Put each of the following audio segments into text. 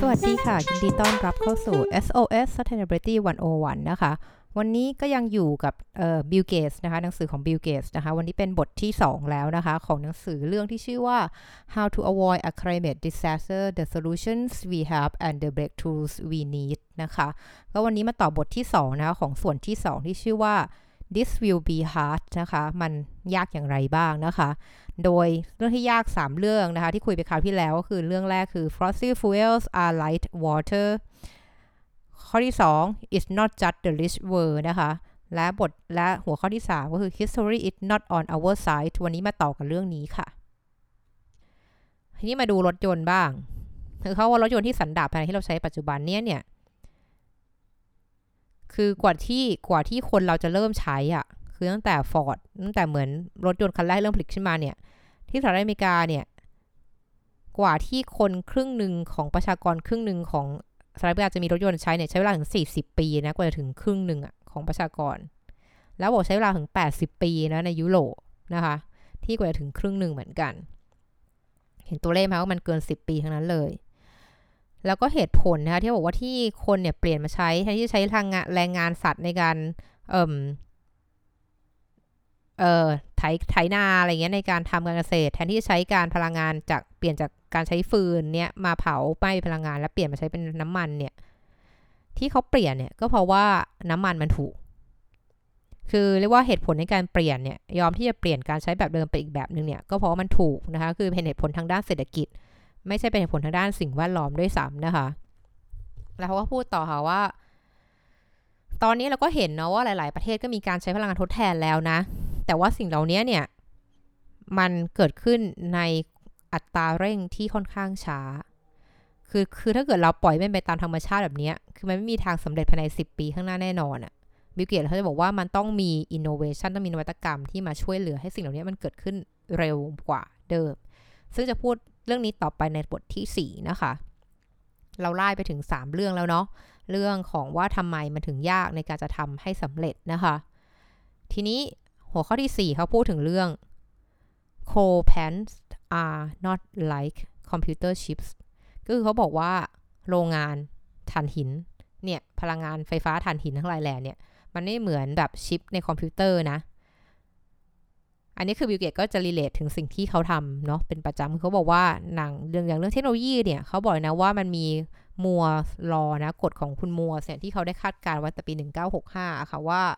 วัสดีค่ะยินดีต้อนรับเข้าสู่ SOS Sustainability 101 นะคะวันนี้ก็ยังอยู่กับBill Gates นะคะหนังสือของ Bill Gates นะคะวันนี้เป็นบทที่2แล้วนะคะของหนังสือเรื่องที่ชื่อว่า How to Avoid a Climate Disaster The Solutions We Have and the Breakthroughs We Need นะคะก็วันนี้มาต่อบทที่2นะคะของส่วนที่2ที่ชื่อว่า This will be hard นะคะมันยากอย่างไรบ้างนะคะโดยเรื่องที่ยาก3เรื่องนะคะที่คุยไปคราวที่แล้วก็คือเรื่องแรกคือ fossil fuels are like water ข้อที่2 is not just the rich world นะคะและหัวข้อที่3ก็คือ history is not on our side วันนี้มาต่อกันเรื่องนี้ค่ะทีนี้มาดูรถยนต์บ้างคือเขาว่ารถยนต์ที่สันดาปที่เราใช้ปัจจุบันเนี่ยคือกว่าที่คนเราจะเริ่มใช้อ่ะคือตั้งแต่ Ford ตั้งแต่เหมือนรถยนต์คันแรกเริ่มผลิตขึ้นมาเนี่ยที่สหรัฐอเมริกาเนี่ยกว่าที่คนครึ่งหนึ่งของประชากรครึ่งหนึ่งของสหรัฐอเมริกาจะมีรถยนต์ใช้เนี่ยใช้เวลาถึง40ปีนะกว่าจะถึงครึ่งหนึ่งของประชากรแล้วบอกใช้เวลาถึง80ปีนะในยุโรปนะคะที่กว่าจะถึงครึ่งหนึ่งเหมือนกันเห็นตัวเลขไหมว่ามันเกิน10ปีทั้งนั้นเลยแล้วก็เหตุผลนะคะที่บอกว่าที่คนเนี่ยเปลี่ยนมาใช้แทนที่จะใช้แรงงานสัตว์ในการไถนาอะไรเงี้ยในการทำการเกษตรแทนที่จะใช้การพลังงานจากเปลี่ยนจากการใช้ฟืนเนี่ยมาเผาไหม้พลังงานแล้วเปลี่ยนมาใช้เป็นน้ำมันเนี่ยที่เขาเปลี่ยนเนี่ยก็เพราะว่าน้ำมันมันถูกคือเรียกว่าเหตุผลในการเปลี่ยนเนี่ยยอมที่จะเปลี่ยนการใช้แบบเดิมไปอีกแบบนึงเนี่ยก็เพราะว่ามันถูกนะคะคือเป็นเหตุผลทางด้านเศรษฐกิจไม่ใช่เป็นเหตุผลทางด้านสิ่งแวดล้อมด้วยซ้ำนะคะแล้วเขาก็พูดต่อค่ะว่าตอนนี้เราก็เห็นเนาะว่าหลายๆประเทศก็มีการใช้พลังงานทดแทนแล้วนะแต่ว่าสิ่งเหล่านี้เนี่ยมันเกิดขึ้นในอัตราเร่งที่ค่อนข้างช้าคือถ้าเกิดเราปล่อยมันไปตามธรรมชาติแบบนี้คือมันไม่มีทางสำเร็จภายใน10ปีข้างหน้าแน่นอนอ่ะบิลเกตเขาจะบอกว่ามันต้องมี innovation ต้องมีนวัตกรรมที่มาช่วยเหลือให้สิ่งเหล่านี้มันเกิดขึ้นเร็วกว่าเดิมซึ่งจะพูดเรื่องนี้ต่อไปในบทที่4นะคะเราไล่ไปถึง3เรื่องแล้วเนาะเรื่องของว่าทำไมมันถึงยากในการจะทำให้สำเร็จนะคะทีนี้หัวข้อที่4เขาพูดถึงเรื่อง coal plants are not like computer chips ก็คือเขาบอกว่าโรงงานถ่านหินเนี่ยพลังงานไฟฟ้าถ่านหินทั้งหลายแหล่เนี่ยมันไม่เหมือนแบบชิปในคอมพิวเตอร์นะอันนี้คือบิลเกตก็จะรีเลทถึงสิ่งที่เขาทำเนาะเป็นประจำคือเขาบอกว่าเรื่องเทคโนโลยีเนี่ยเขาบอกนะว่ามันมีมัวลอนะกฎของคุณมัวเนี่ยที่เขาได้คาดการณ์ไว้แต่ปี1965ค่ะว่า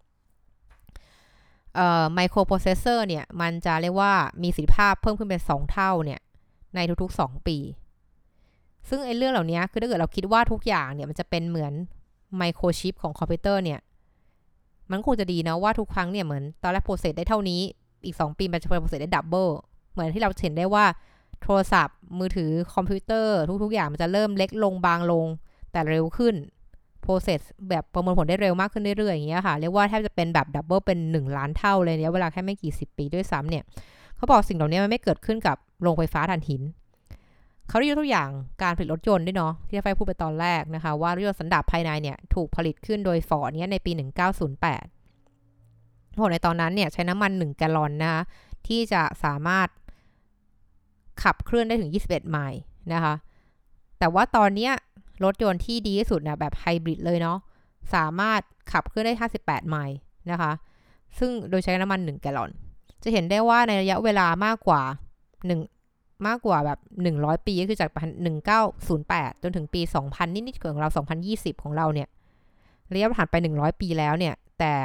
ไมโครโปรเซสเซอร์เนี่ยมันจะเรียกว่ามีประสิทธิภาพเพิ่มขึ้นเป็น2เท่าเนี่ยในทุกๆ2ปีซึ่งไอ้เรื่องเหล่านี้คือถ้าเกิดเราคิดว่าทุกอย่างเนี่ยมันจะเป็นเหมือนไมโครชิปของคอมพิวเตอร์เนี่ยมันคงจะดีนะว่าทุกครั้งเนี่ยเหมือนตอนแรกโปรเซสได้เท่านี้อีก2ปีมันจะโปรเซสได้ดับเบิลเหมือนที่เราเห็นได้ว่าโทรศัพท์มือถือคอมพิวเตอร์ทุกๆอย่างมันจะเริ่มเล็กลงบางลงแต่เร็วขึ้นโปรเซสแบบประมวลผลได้เร็วมากขึ้นเรื่อยๆอย่างเงี้ยค่ะเรียกว่าแทบจะเป็นแบบดับเบิลเป็น1ล้านเท่าเลยเนี่ยเวลาแค่ไม่กี่10ปีด้วยซ้ำเนี่ยเขาบอกสิ่งเหล่านี้มันไม่เกิดขึ้นกับโรงไฟฟ้าถ่านหินเขาได้ยกตัวอย่างการผลิตรถยนต์ด้วยเนาะที่ไฟพูดไปตอนแรกนะคะว่ารถยนต์สันดาปภายในเนี่ยถูกผลิตขึ้นโดยฟอร์ดเนี่ยในปี1908โหในตอนนั้นเนี่ยใช้น้ำมัน1แกลลอนนะคะที่จะสามารถขับเคลื่อนได้ถึง21ไมล์นะคะแต่ว่าตอนนี้รถยนต์ที่ดีที่สุดนะแบบไฮบริดเลยเนาะสามารถขับเคลื่อนได้58ไมล์นะคะซึ่งโดยใช้น้ำมัน1แกลลอนจะเห็นได้ว่าในระยะเวลามากกว่าแบบ100ปีก็คือจาก1908จนถึงปี2000นิดๆของเรา2020ของเราเนี่ยระยะผ่านไป100ปีแล้วเนี่ยแต่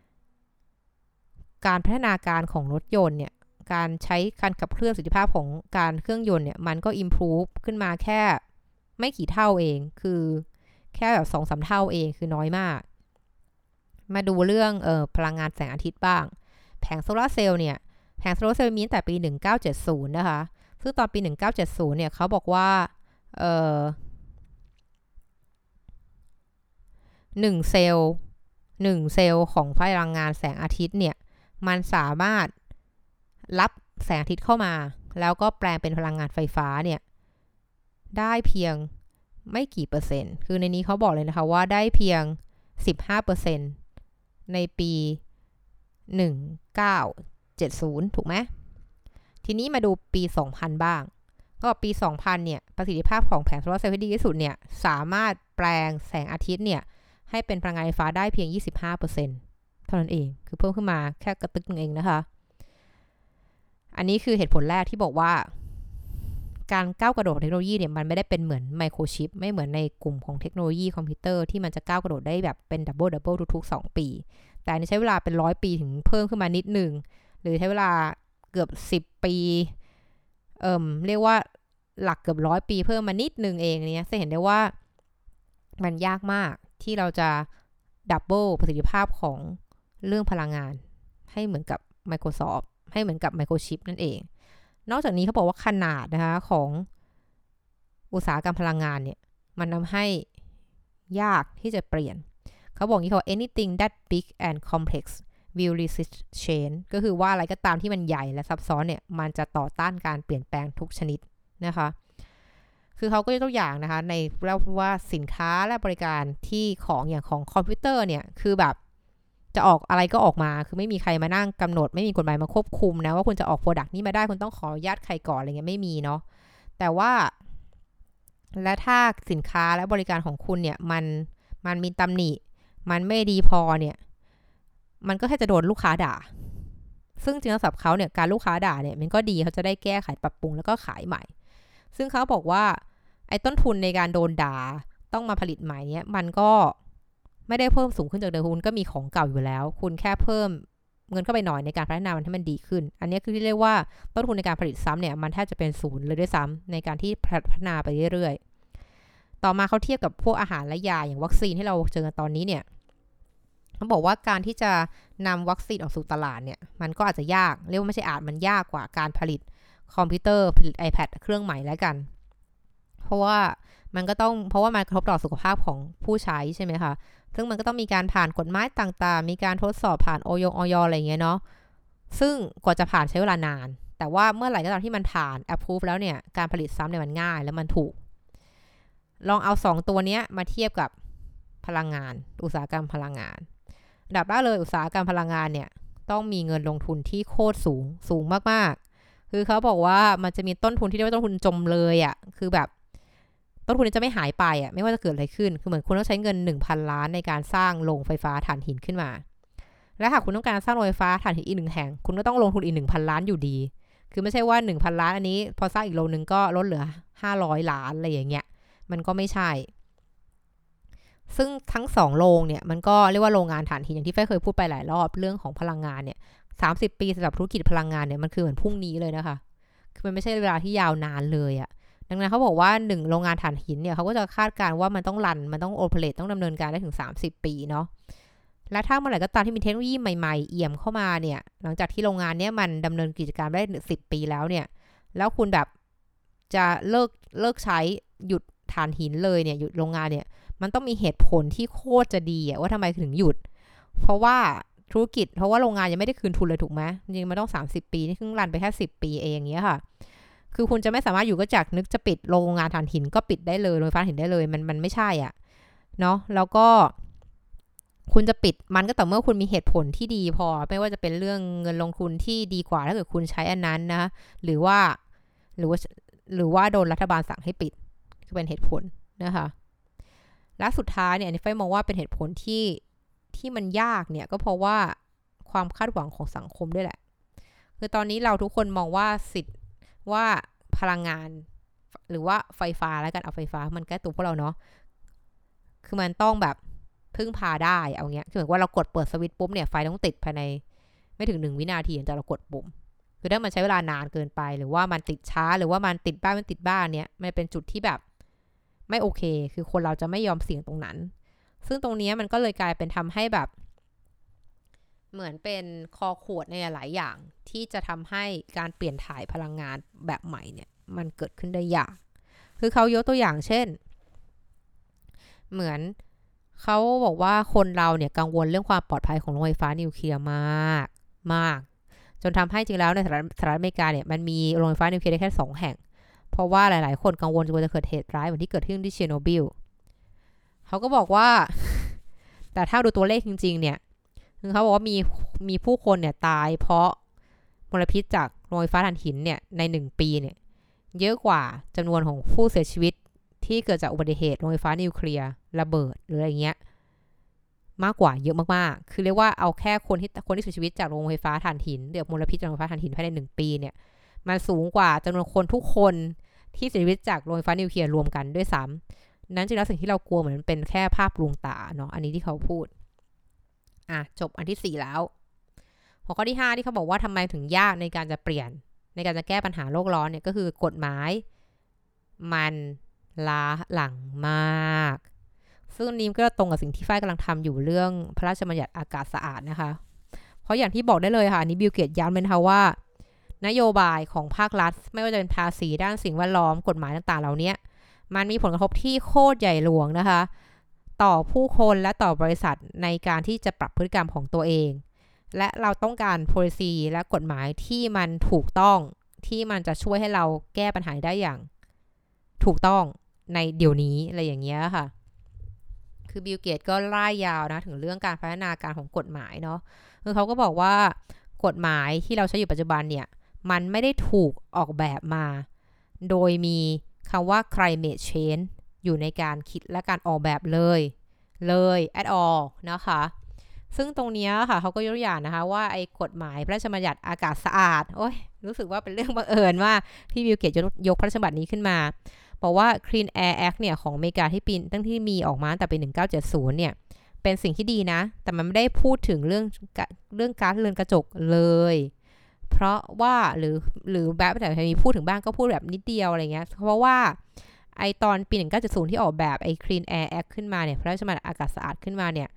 การพัฒนาการของรถยนต์เนี่ยการใช้การขับเคลื่อนประสิทธิภาพของการเครื่องยนต์เนี่ยมันก็ improve ขึ้นมาแค่ไม่กี่เท่าเองคือแค่แบบ 2-3 เท่าเองคือน้อยมากมาดูเรื่องพลังงานแสงอาทิตย์บ้างแผงโซลาร์เซลล์เนี่ยแผงโซลาร์เซลล์มีตั้งแต่ปี1970นะคะซึ่งตอนปี1970เนี่ยเขาบอกว่า1เซลล์ของพลังงานแสงอาทิตย์เนี่ยมันสามารถรับแสงอาทิตย์เข้ามาแล้วก็แปลงเป็นพลังงานไฟฟ้าเนี่ยได้เพียงไม่กี่เปอร์เซ็นต์คือในนี้เขาบอกเลยนะคะว่าได้เพียง 15% ในปี1970ถูกไหมทีนี้มาดูปี2000บ้างก็ปี 2000 เนี่ยประสิทธิภาพของแผงโซลาร์เซลล์ที่ดีที่สุดเนี่ยสามารถแปลงแสงอาทิตย์เนี่ยให้เป็นพลังงานไฟฟ้าได้เพียง 25% เท่านั้นเองคือเพิ่มขึ้นมาแค่กระตึกนึงเองนะคะอันนี้คือเหตุผลแรกที่บอกว่าการก้าวกระโดดเทคโนโลยีเนี่ยมันไม่ได้เป็นเหมือนไมโครชิปไม่เหมือนในกลุ่มของเทคโนโลยีคอมพิวเตอร์ที่มันจะก้าวกระโดดได้แบบเป็นดับเบิลทุกๆ2 ปีแต่ใช้เวลาเป็น100 ปีถึงเพิ่มขึ้นมานิดนึงหรือใช้เวลาเกือบ10 ปีเรียกว่าหลักเกือบ100 ปีเพิ่มมานิดนึงเองเนี่ยจะเห็นได้ว่ามันยากมากที่เราจะดับเบิลประสิทธิภาพของเรื่องพลังงานให้เหมือนกับ Microsoft ให้เหมือนกับไมโครชิปนั่นเองนอกจากนี้เขาบอกว่าขนาดนะคะของอุตสาหกรรมพลังงานเนี่ยมันทำให้ยากที่จะเปลี่ยนเขาบอกงี้เขา anything that big and complex will resist change ก็คือว่าอะไรก็ตามที่มันใหญ่และซับซ้อนเนี่ยมันจะต่อต้านการเปลี่ยนแปลงทุกชนิดนะคะคือเขาก็ยกตัวอย่างนะคะในเล่าว่าสินค้าและบริการที่ของอย่างของคอมพิวเตอร์เนี่ยคือแบบจะออกอะไรก็ออกมาคือไม่มีใครมานั่งกำหนดไม่มีกฎหมายมาควบคุมนะว่าคุณจะออกโปรดักต์นี้มาได้คุณต้องขออนุญาตใครก่อนอะไรเงี้ยไม่มีเนาะแต่ว่าและถ้าสินค้าและบริการของคุณเนี่ยมันมีตำหนิมันไม่ดีพอเนี่ยมันก็แค่จะโดนลูกค้าด่าซึ่งจริงๆแล้วสำหรับเขาเนี่ยการลูกค้าด่าเนี่ยมันก็ดีเขาจะได้แก้ไขปรับปรุงแล้วก็ขายใหม่ซึ่งเขาบอกว่าไอ้ต้นทุนในการโดนด่าต้องมาผลิตใหม่เนี่ยมันก็ไม่ได้เพิ่มสูงขึ้นจากเดิมคุณก็มีของเก่าอยู่แล้วคุณแค่เพิ่มเงินเข้าไปหน่อยในการพัฒนามันให้มันดีขึ้นอันนี้คือที่เรียกว่าต้นทุนในการผลิตซ้ำเนี่ยมันแทบจะเป็นศูนย์เลยด้วยซ้ำในการที่พัฒนาไปเรื่อยๆต่อมาเขาเทียบกับพวกอาหารและยาอย่างวัคซีนที่เราเจอกันตอนนี้เนี่ยเขาบอกว่าการที่จะนำวัคซีนออกสู่ตลาดเนี่ยมันก็อาจจะยากเรียกว่าไม่ใช่มันยากกว่าการผลิตคอมพิวเตอร์ผลิต iPad เครื่องใหม่แล้วกันเพราะว่ามันกระทบต่อสุขภาพของผู้ใช้ใช่ไหมคะซึ่งมันก็ต้องมีการผ่านกฎหมายต่างๆมีการทดสอบผ่านอยอะไรอย่างเงี้ยเนาะซึ่งกว่าจะผ่านใช้เวลานานแต่ว่าเมื่อไหร่ก็ตามที่มันผ่าน approve แล้วเนี่ยการผลิตซ้ำเนี่ยมันง่ายแล้วมันถูกลองเอา2 ตัวนี้มาเทียบกับพลังงานอุตสาหกรรมพลังงานอันดับแรกเลยอุตสาหกรรมพลังงานเนี่ยต้องมีเงินลงทุนที่โคตรสูงมากๆคือเขาบอกว่ามันจะมีต้นทุนที่เรียกว่าต้นทุนจมเลยอ่ะคือแบบต้นทุนนี้จะไม่หายไปอ่ะไม่ว่าจะเกิดอะไรขึ้นคือเหมือนคุณต้องใช้เงิน 1,000 ล้านในการสร้างโรงไฟฟ้าถ่านหินขึ้นมาและหากคุณต้องการสร้างโรงไฟฟ้าถ่านหินอีก1 แห่งคุณก็ต้องลงทุนอีก 1,000 ล้านอยู่ดีคือไม่ใช่ว่า 1,000 ล้านอันนี้พอสร้างอีกโรงนึงก็ลดเหลือ500 ล้านอะไรอย่างเงี้ยมันก็ไม่ใช่ซึ่งทั้ง2โรงเนี่ยมันก็เรียกว่าโรงงานถ่านหินอย่างที่เคยพูดไปหลายรอบเรื่องของพลังงานเนี่ย30 ปีสำหรับธุรกิจพลังงานเนี่ยมันคือเหมือนพรุ่งนี้เลยนะคะคือมันไม่ใช่เวลาที่ยาวนานเลยอะดังนั้นเขาบอกว่า1โรงงานถ่านหินเนี่ยเขาก็จะคาดการณ์ว่ามันต้องโอเปเรตต้องดำเนินการได้ถึง30 ปีเนาะและถ้าเมื่อไหร่ก็ตามที่มีเทคโนโลยีใหม่ๆเอี่ยมเข้ามาเนี่ยหลังจากที่โรงงานเนี้ยมันดำเนินกิจการได้10 ปีแล้วเนี่ยแล้วคุณแบบจะเลิกใช้หยุดถ่านหินเลยเนี่ยหยุดโรงงานเนี่ยมันต้องมีเหตุผลที่โคตรจะดีว่าทำไมถึงหยุดเพราะว่าโรงงานยังไม่ได้คืนทุนเลยถูกไหมจริงๆมันต้อง30 ปีนี่เพิ่งรันไปแค่10 ปีเองอย่างเงี้ยค่ะคือคุณจะไม่สามารถอยู่ก็จากนึกจะปิดโรงงานถ่านหินก็ปิดได้เลยโรงไฟฟ้าถ่านหินได้เลยมันไม่ใช่อ่ะเนาะแล้วก็คุณจะปิดมันก็แต่เมื่อคุณมีเหตุผลที่ดีพอไม่ว่าจะเป็นเรื่องเงินลงทุนที่ดีกว่าถ้าเกิดคุณใช้อันนั้นนะหรือว่าโดนรัฐบาลสั่งให้ปิดก็เป็นเหตุผลนะคะและสุดท้ายเนี่ยอันนี้ไฟมองว่าเป็นเหตุผลที่มันยากเนี่ยก็เพราะว่าความคาดหวังของสังคมด้วยแหละคือตอนนี้เราทุกคนมองว่าสิทธิ์ว่าพลังงานหรือว่าไฟฟ้าแล้วกันเอาไฟฟ้ามันใกล้ตัวพวกเราเนาะคือมันต้องแบบพึ่งพาได้เอาเงี้ยคือเหมือนว่าเรากดเปิดสวิตช์ปุ๊บเนี่ยไฟต้องติดภายในไม่ถึง1 วินาทีจากเรากดปุ่มคือถ้ามันใช้เวลานานเกินไปหรือว่ามันติดช้าหรือว่ามันติดบ้านเนี่ยมันเป็นจุดที่แบบไม่โอเคคือคนเราจะไม่ยอมเสี่ยงตรงนั้นซึ่งตรงนี้มันก็เลยกลายเป็นทำให้แบบเหมือนเป็นคอขวดในหลายอย่างที่จะทำให้การเปลี่ยนถ่ายพลังงานแบบใหม่เนี่ยมันเกิดขึ้นได้ยากคือเขายกตัวอย่างเช่นเหมือนเขาบอกว่าคนเราเนี่ยกังวลเรื่องความปลอดภัยของโรงไฟฟ้านิวเคลียร์มากจนทำให้จริงแล้วในสหรัฐอเมริกาเนี่ยมันมีโรงไฟฟ้านิวเคลียร์ได้แค่2 แห่งเพราะว่าหลายๆคนกังวลว่าจะเกิดเหตุร้ายเหมือนที่เกิดขึ้นที่เชอร์โนบิลเขาก็บอกว่าแต่ถ้าดูตัวเลขจริงๆเนี่ยเขาบอกว่ามีผู้คนเนี่ยตายเพราะมลพิษจากโรงไฟฟ้าถ่านหินเนี่ยใน1 ปีเนี่ยเยอะกว่าจำนวนของผู้เสียชีวิตที่เกิดจากอุบัติเหตุโรงไฟฟ้านิวเคลียร์ระเบิดหรืออะไรเงี้ยมากกว่าเยอะมากๆคือเรียกว่าเอาแค่คนที่เสียชีวิตจากโรงไฟฟ้าถ่านหินเดือดมลพิษจากโรงไฟฟ้าถ่านหินภายใน1 ปีเนี่ยมันสูงกว่าจำนวนคนทุกคนที่เสียชีวิตจากโรงไฟฟ้านิวเคลียร์รวมกันด้วยซ้ำนั้นจริงแล้วสิ่งที่เรากลัวเหมือนเป็นแค่ภาพลวงตาเนาะอันนี้ที่เขาพูดจบอันที่4แล้วหัวข้อที่5ที่เขาบอกว่าทำไมถึงยากในการจะเปลี่ยนในการจะแก้ปัญหาโลกร้อนเนี่ยก็คือกฎหมายมันล้าหลังมากซึ่งนี้ก็ตรงกับสิ่งที่ฝ้ายกำลังทำอยู่เรื่องพระราชบัญญัติอากาศสะอาดนะคะเพราะอย่างที่บอกได้เลยค่ะนี่บิลเกตย้ำเลยนะคะว่านโยบายของภาครัฐไม่ว่าจะเป็นภาษีด้านสิ่งแวดล้อมกฎหมายต่างๆเหล่านี้มันมีผลกระทบที่โคตรใหญ่หลวงนะคะต่อผู้คนและต่อบริษัทในการที่จะปรับพฤติกรรมของตัวเองและเราต้องการ policy และกฎหมายที่มันถูกต้องที่มันจะช่วยให้เราแก้ปัญหาได้อย่างถูกต้องในเดี๋ยวนี้อะไรอย่างเงี้ยค่ะคือบิลเกตก็ไล่ยาวนะถึงเรื่องการพัฒนาการของกฎหมายเนาะคือเขาก็บอกว่ากฎหมายที่เราใช้อยู่ปัจจุบันเนี่ยมันไม่ได้ถูกออกแบบมาโดยมีคำว่า climate change อยู่ในการคิดและการออกแบบเลย at all นะคะซึ่งตรงนี้ค่ะเขาก็ยกตัวอย่างนะคะว่าไอ้กฎหมายพระราชบัญญัติอากาศสะอาดโอ้ยรู้สึกว่าเป็นเรื่องบังเอิญว่าที่บิลเกตยกพระราชบัญญัตินี้ขึ้นมาบอกว่า Clean Air Act เนี่ยของอเมริกาตั้งที่มีออกมาตั้งแต่ปี1970เนี่ยเป็นสิ่งที่ดีนะแต่มันไม่ได้พูดถึงเรื่องก๊าซเรือนกระจกเลยเพราะว่าหรือแบบแต่มีพูดถึงบ้างก็พูดแบบนิดเดียวอะไรเงี้ยเพราะว่าไอตอนปี1970ที่ออกแบบไอ Clean Air Act ขึ้นมาเนี่ยพระราชบัญญัติอากาศสะอาดขึ้นมาเนี่ย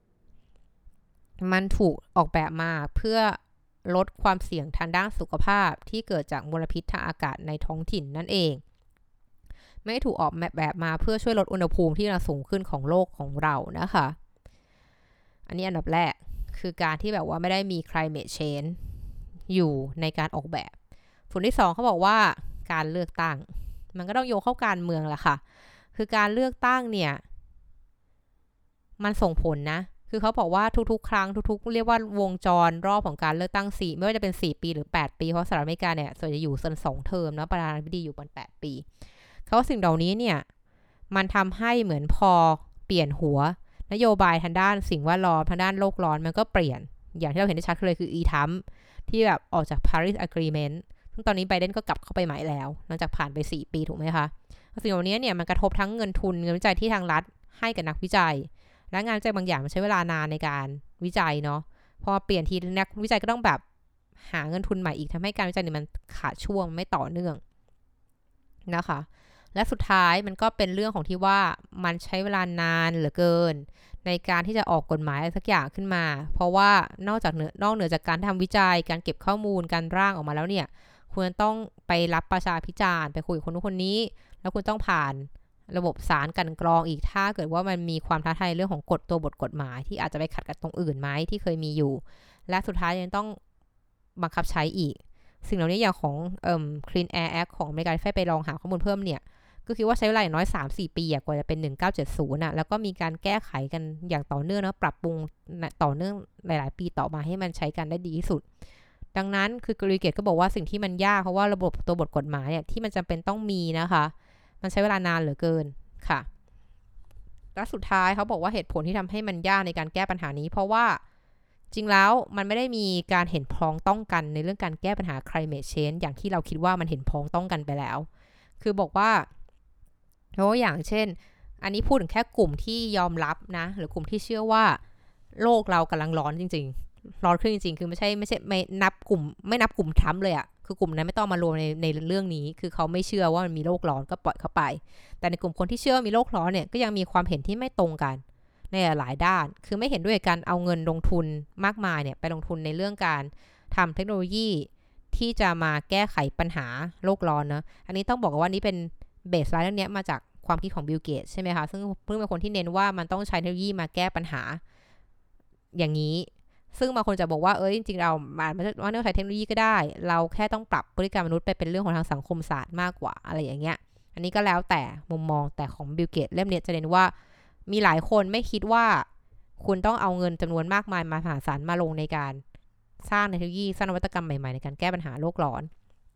มันถูกออกแบบมาเพื่อลดความเสี่ยงทางด้านสุขภาพที่เกิดจากมลพิษทางอากาศในท้องถิ่นนั่นเองไม่ถูกออกแบบมาเพื่อช่วยลดอุณหภูมิที่สูงขึ้นของโลกของเรานะคะอันนี้อันดับแรกคือการที่แบบว่าไม่ได้มี climate change อยู่ในการออกแบบส่วนที่2เขาบอกว่าการเลือกตั้งมันก็ต้องโยงเข้าการเมืองแหละค่ะคือการเลือกตั้งเนี่ยมันส่งผลนะคือเขาบอกว่าทุกๆครั้งทุกๆเรียกว่าวงจรรอบของการเลือกตั้งไม่ว่าจะเป็น4 ปีหรือ8 ปีเพราะสหรัฐอเมริกาเนี่ยส่วนจะอยู่2 เทอมนะประธานาธิบดีอยู่บน8 ปีเขาสิ่งเหล่านี้เนี่ยมันทำให้เหมือนพอเปลี่ยนหัวนโยบายทางด้านสิ่งแวดล้อมทางด้านโลกร้อนมันก็เปลี่ยนอย่างที่เราเห็นได้ชัดเลยคือทัมป์ที่แบบออกจาก Paris Agreement ซึ่งตอนนี้ไบเดนก็กลับเข้าไปใหม่แล้วหลังจากผ่านไป4 ปีถูกไหมคะสิ่งเหล่านี้เนี่ยมันกระทบทั้งเงินทุนเงินวิจัยที่ทางรัฐให้กับนักวิจัยและงานวิจัยบางอย่างมันใช้เวลานานในการวิจัยเนาะพอเปลี่ยนทีนักวิจัยก็ต้องแบบหาเงินทุนใหม่อีกทำให้การวิจัยเนี่ยมันขาดช่วงไม่ต่อเนื่องนะคะและสุดท้ายมันก็เป็นเรื่องของที่ว่ามันใช้เวลานานเหลือเกินในการที่จะออกกฎหมายอะไรสักอย่างขึ้นมาเพราะว่านอกเหนือจากการทำวิจัยการเก็บข้อมูลการร่างออกมาแล้วเนี่ยคุณต้องไปรับประชาพิจารณ์ไปคุยกับคนนู้นคนนี้แล้วคุณต้องผ่านระบบสารกันกรองอีกถ้าเกิดว่ามันมีความท้าทายเรื่องของบทกฎหมายที่อาจจะไปขัดกับตรงอื่นไหมที่เคยมีอยู่และสุดท้ายยังต้องบังคับใช้อีกสิ่งเหล่านี้อย่างของClean Air Act ของอเมริกาที่ไปลองหาข้อมูลเพิ่มเนี่ยก็คิดว่าใช้เวลาอย่างน้อย 3-4 ปีกว่าจะเป็น1970น่ะแล้วก็มีการแก้ไขกันอย่างต่อเนื่องนะปรับปรุงต่อเนื่องหลายๆปีต่อมาให้มันใช้กันได้ดีที่สุดดังนั้นคือกรีเกตก็บอกว่าสิ่งที่มันยากเพราะว่าระบบบทกฎหมายเนี่ยที่มันจำเป็นต้องมีนะคะมันใช้เวลานานเหลือเกินค่ะและสุดท้ายเขาบอกว่าเหตุผลที่ทำให้มันยากในการแก้ปัญหานี้เพราะว่าจริงแล้วมันไม่ได้มีการเห็นพ้องต้องกันในเรื่องการแก้ปัญหา climate change อย่างที่เราคิดว่ามันเห็นพ้องต้องกันไปแล้วคือบอกว่าเพราะอย่างเช่นอันนี้พูดถึงแค่กลุ่มที่ยอมรับนะหรือกลุ่มที่เชื่อว่าโลกเรากำลังร้อนจริงๆร้อนขึ้นจริงๆคือไม่นับกลุ่มทรัมป์เลยอะคือกลุ่มนั้นไม่ต้องมารวมในเรื่องนี้คือเขาไม่เชื่อว่ามันมีโลกร้อนก็ปล่อยเข้าไปแต่ในกลุ่มคนที่เชื่อมีโลกร้อนเนี่ยก็ยังมีความเห็นที่ไม่ตรงกันในหลายด้านคือไม่เห็นด้วยการเอาเงินลงทุนมากมายเนี่ยไปลงทุนในเรื่องการทำเทคโนโลยีที่จะมาแก้ไขปัญหาโลกร้อนนะอันนี้ต้องบอกว่านี่เป็นเบสไลน์เรื่องนี้มาจากความคิดของบิลเกตใช่ไหมคะซึ่งเพิ่งเป็นคนที่เน้นว่ามันต้องใช้เทคโนโลยีมาแก้ปัญหาอย่างนี้ซึ่งบางคนจะบอกว่าจริงๆเราไม่ต้องใช้เทคโนโลยีก็ได้เราแค่ต้องปรับพฤติกรรมมนุษย์ไปเป็นเรื่องของทางสังคมศาสตร์มากกว่าอะไรอย่างเงี้ยอันนี้ก็แล้วแต่มุมมองแต่ของบิลเกตเล่มนี้จะเน้นว่ามีหลายคนไม่คิดว่าคุณต้องเอาเงินจำนวนมากมายมหาศาลมาลงในการสร้างเทคโนโลยีสร้างนวัตกรรมใหม่ๆในการแก้ปัญหาโลกร้อน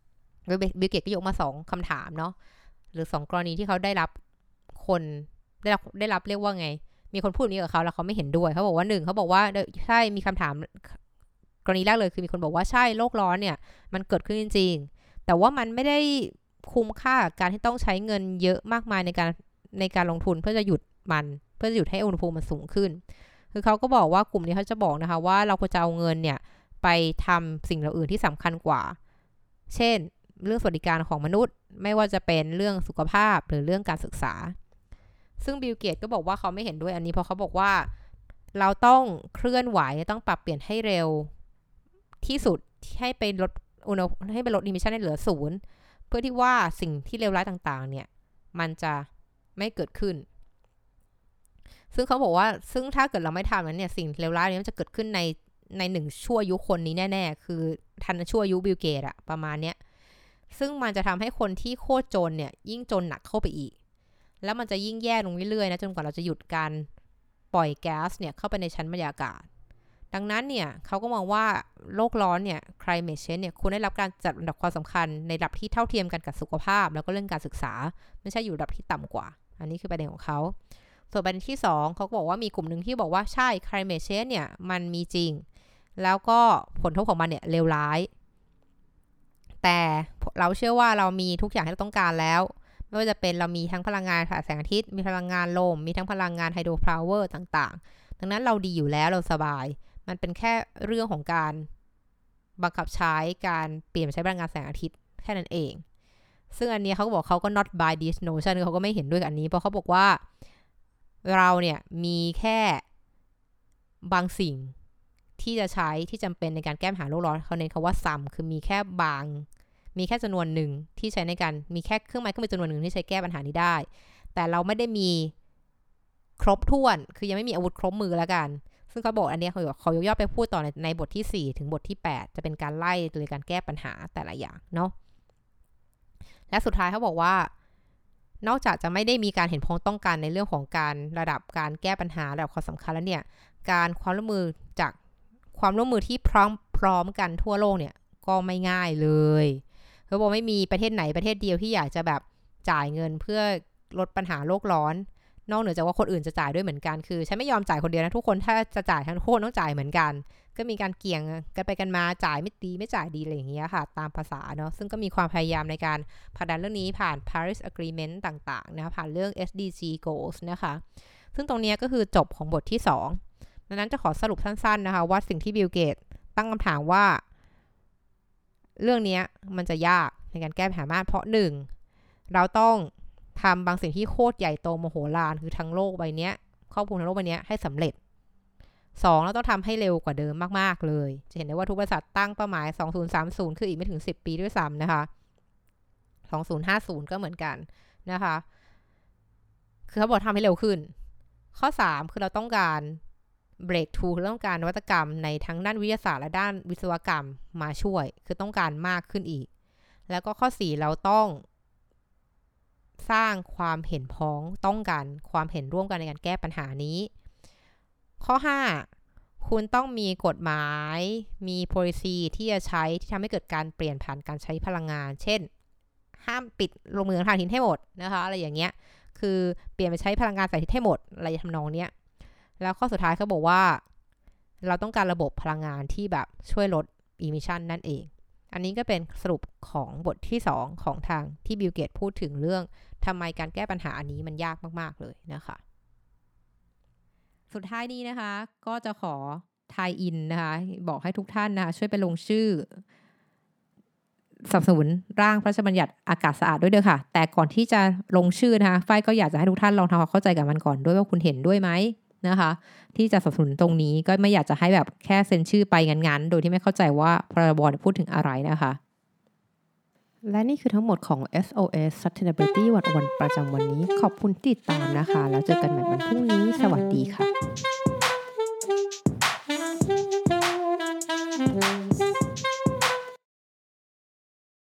บิลเกตก็ยกมา2คำถามเนาะหรือ2กรณีที่เขาได้รับคนได้รับเรียกว่าไงมีคนพูดนี้กับเขาแล้วเขาไม่เห็นด้วยเขาบอกว่า1เขาบอกว่าใช่มีคำถามกรณีแรกเลยคือมีคนบอกว่าใช่โลกร้อนเนี่ยมันเกิดขึ้นจริงๆแต่ว่ามันไม่ได้คุ้มค่าการที่ต้องใช้เงินเยอะมากมายในการลงทุนเพื่อจะหยุดให้อุณหภูมิมันสูงขึ้นคือเขาก็บอกว่ากลุ่มนี้เขาจะบอกนะคะว่าเราควรจะเอาเงินเนี่ยไปทำสิ่งอื่นที่สำคัญกว่าเช่นเรื่องสวัสดิการของมนุษย์ไม่ว่าจะเป็นเรื่องสุขภาพหรือเรื่องการศึกษาซึ่งบิลเกตก็บอกว่าเขาไม่เห็นด้วยอันนี้เพราะเขาบอกว่าเราต้องเคลื่อนไหวต้องปรับเปลี่ยนให้เร็วที่สุดให้ไปลดอิมิชันให้เหลือศูนย์เพื่อที่ว่าสิ่งที่เลวร้ายต่างๆเนี่ยมันจะไม่เกิดขึ้นซึ่งเขาบอกว่าซึ่งถ้าเกิดเราไม่ทำนั้นเนี่ยสิ่งเลวร้ายนี้มันจะเกิดขึ้นใน1ชั่วอายุคนนี้แน่ๆคือทันชั่วอายุบิลเกตอะประมาณเนี้ยซึ่งมันจะทำให้คนที่โคตรจนเนี่ยยิ่งจนหนักเข้าไปอีกแล้วมันจะยิ่งแย่ลงเรื่อยๆนะจนกว่าเราจะหยุดการปล่อยแก๊สเนี่ยเข้าไปในชั้นบรรยากาศดังนั้นเนี่ยเขาก็มองว่าโลกร้อนเนี่ย climate change เนี่ยควรได้รับการจัดอันดับความสำคัญในระดับที่เท่าเทียมกันกับสุขภาพแล้วก็เรื่องการศึกษาไม่ใช่อยู่ระดับที่ต่ำกว่าอันนี้คือประเด็นของเขาส่วนประเด็นที่2เขาก็บอกว่ามีกลุ่มหนึ่งที่บอกว่าใช่ climate change เนี่ยมันมีจริงแล้วก็ผลกระทบของมันเนี่ยเลวร้ายแต่เราเชื่อว่าเรามีทุกอย่างที่เราต้องการแล้วไม่ว่าจะเป็นเรามีทั้งพลังงานแสงอาทิตย์มีพลังงานลมมีทั้งพลังงานไฮโดรพาวเวอร์ต่างๆดังนั้นเราดีอยู่แล้วเราสบายมันเป็นแค่เรื่องของการบังคับใช้การเปลี่ยนใช้พลังงานแสงอาทิตย์แค่นั้นเองซึ่งอันนี้เขาก็บอกเขาก็ not buy this notion เขาก็ไม่เห็นด้วยกับอันนี้เพราะเขาบอกว่าเราเนี่ยมีแค่บางสิ่งที่จะใช้ที่จำเป็นในการแก้ปัญหาโลกร้อนเขาเน้นคำว่า some คือมีแค่จำนวนหนึ่งที่ใช้ในการมีแค่เครื่องไม้เครื่องมือจำนวนหนึ่งที่ใช้แก้ปัญหานี้ได้แต่เราไม่ได้มีครบถ้วนคือยังไม่มีอาวุธครบมือแล้วกันซึ่งเขาบอกอันนี้เขายกย่อไปพูดต่อในบทที่4ถึงบทที่8จะเป็นการไล่โดยการแก้ปัญหาแต่ละอย่างเนาะและสุดท้ายเขาบอกว่านอกจากจะไม่ได้มีการเห็นพ้องต้องกันในเรื่องของการระดับการแก้ปัญหาระดับความสำคัญแล้วเนี่ยการความร่วมมือที่พร้อมกันทั่วโลกเนี่ยก็ไม่ง่ายเลยเขาบอกไม่มีประเทศไหนประเทศเดียวที่อยากจะแบบจ่ายเงินเพื่อลดปัญหาโลกร้อนนอกเหนือจากว่าคนอื่นจะจ่ายด้วยเหมือนกันคือฉันไม่ยอมจ่ายคนเดียวนะทุกคนถ้าจะจ่ายทั้งคนต้องจ่ายเหมือนกันก็มีการเกี่ยงกันไปกันมาจ่ายไม่ดีไม่จ่ายดีอะไรอย่างเงี้ยค่ะตามภาษาเนาะซึ่งก็มีความพยายามในการผลักดันเรื่องนี้ผ่าน Paris Agreement ต่างๆนะคะผ่านเรื่อง SDG Goals นะคะซึ่งตรงนี้ก็คือจบของบทที่2ดังนั้นจะขอสรุปสั้นๆนะคะว่าสิ่งที่บิลเกตตั้งคำถามว่าเรื่องนี้มันจะยากในการแก้ปัญหามากเพราะ1เราต้องทำบางสิ่งที่โคตรใหญ่โตมโหฬารคือทั้งโลกใบนี้ครอบคลุมทั้งโลกใบนี้ให้สำเร็จ2เราต้องทำให้เร็วกว่าเดิมมากๆเลยจะเห็นได้ว่าทุกบริษัทตั้งเป้าหมาย2030คืออีกไม่ถึง10ปีด้วยซ้ำนะคะ2050ก็เหมือนกันนะคะคือเขาบอกทำให้เร็วขึ้นข้อ3คือเราต้องการ breakthrough คือต้องการนวัตกรรมในทั้งด้านวิทยาศาสตร์และด้านวิศวกรรมมาช่วยคือต้องการมากขึ้นอีกแล้วก็ข้อ4เราต้องสร้างความเห็นพ้องต้องกันความเห็นร่วมกันในการแก้ปัญหานี้ข้อ5คุณต้องมีกฎหมายมี policy ที่จะใช้ที่ทำให้เกิดการเปลี่ยนผ่านการใช้พลังงานเช่นห้ามปิดโรงมือถ่านหินให้หมดนะคะอะไรอย่างเงี้ยคือเปลี่ยนไปใช้พลังงานแสงอาทิตย์ให้หมดอะไรทำนองเนี้ยแล้วข้อสุดท้ายเขาบอกว่าเราต้องการระบบพลังงานที่แบบช่วยลด emission นั่นเองอันนี้ก็เป็นสรุปของบทที่2ของทางที่บิลเกตพูดถึงเรื่องทำไมการแก้ปัญหาอันนี้มันยากมากๆเลยนะคะสุดท้ายนี้นะคะก็จะขอไทยอินนะคะบอกให้ทุกท่านนะคะช่วยไปลงชื่อสนับสนุนร่างพระราชบัญญัติอากาศสะอาดด้วยเด้อค่ะแต่ก่อนที่จะลงชื่อนะคะฝ้ายก็อยากจะให้ทุกท่านลองทำความเข้าใจกับมันก่อนด้วยว่าคุณเห็นด้วยไหมนะคะที่จะสนับสนุนตรงนี้ก็ไม่อยากจะให้แบบแค่เซ็นชื่อไปงั้นๆโดยที่ไม่เข้าใจว่าพรบพูดถึงอะไรนะคะและนี่คือทั้งหมดของ SOS Sustainability 101ประจำวันนี้ขอบคุณที่ติดตามนะคะแล้วเจอกันใหม่วันพรุ่งนี้สวัสดีค่ะ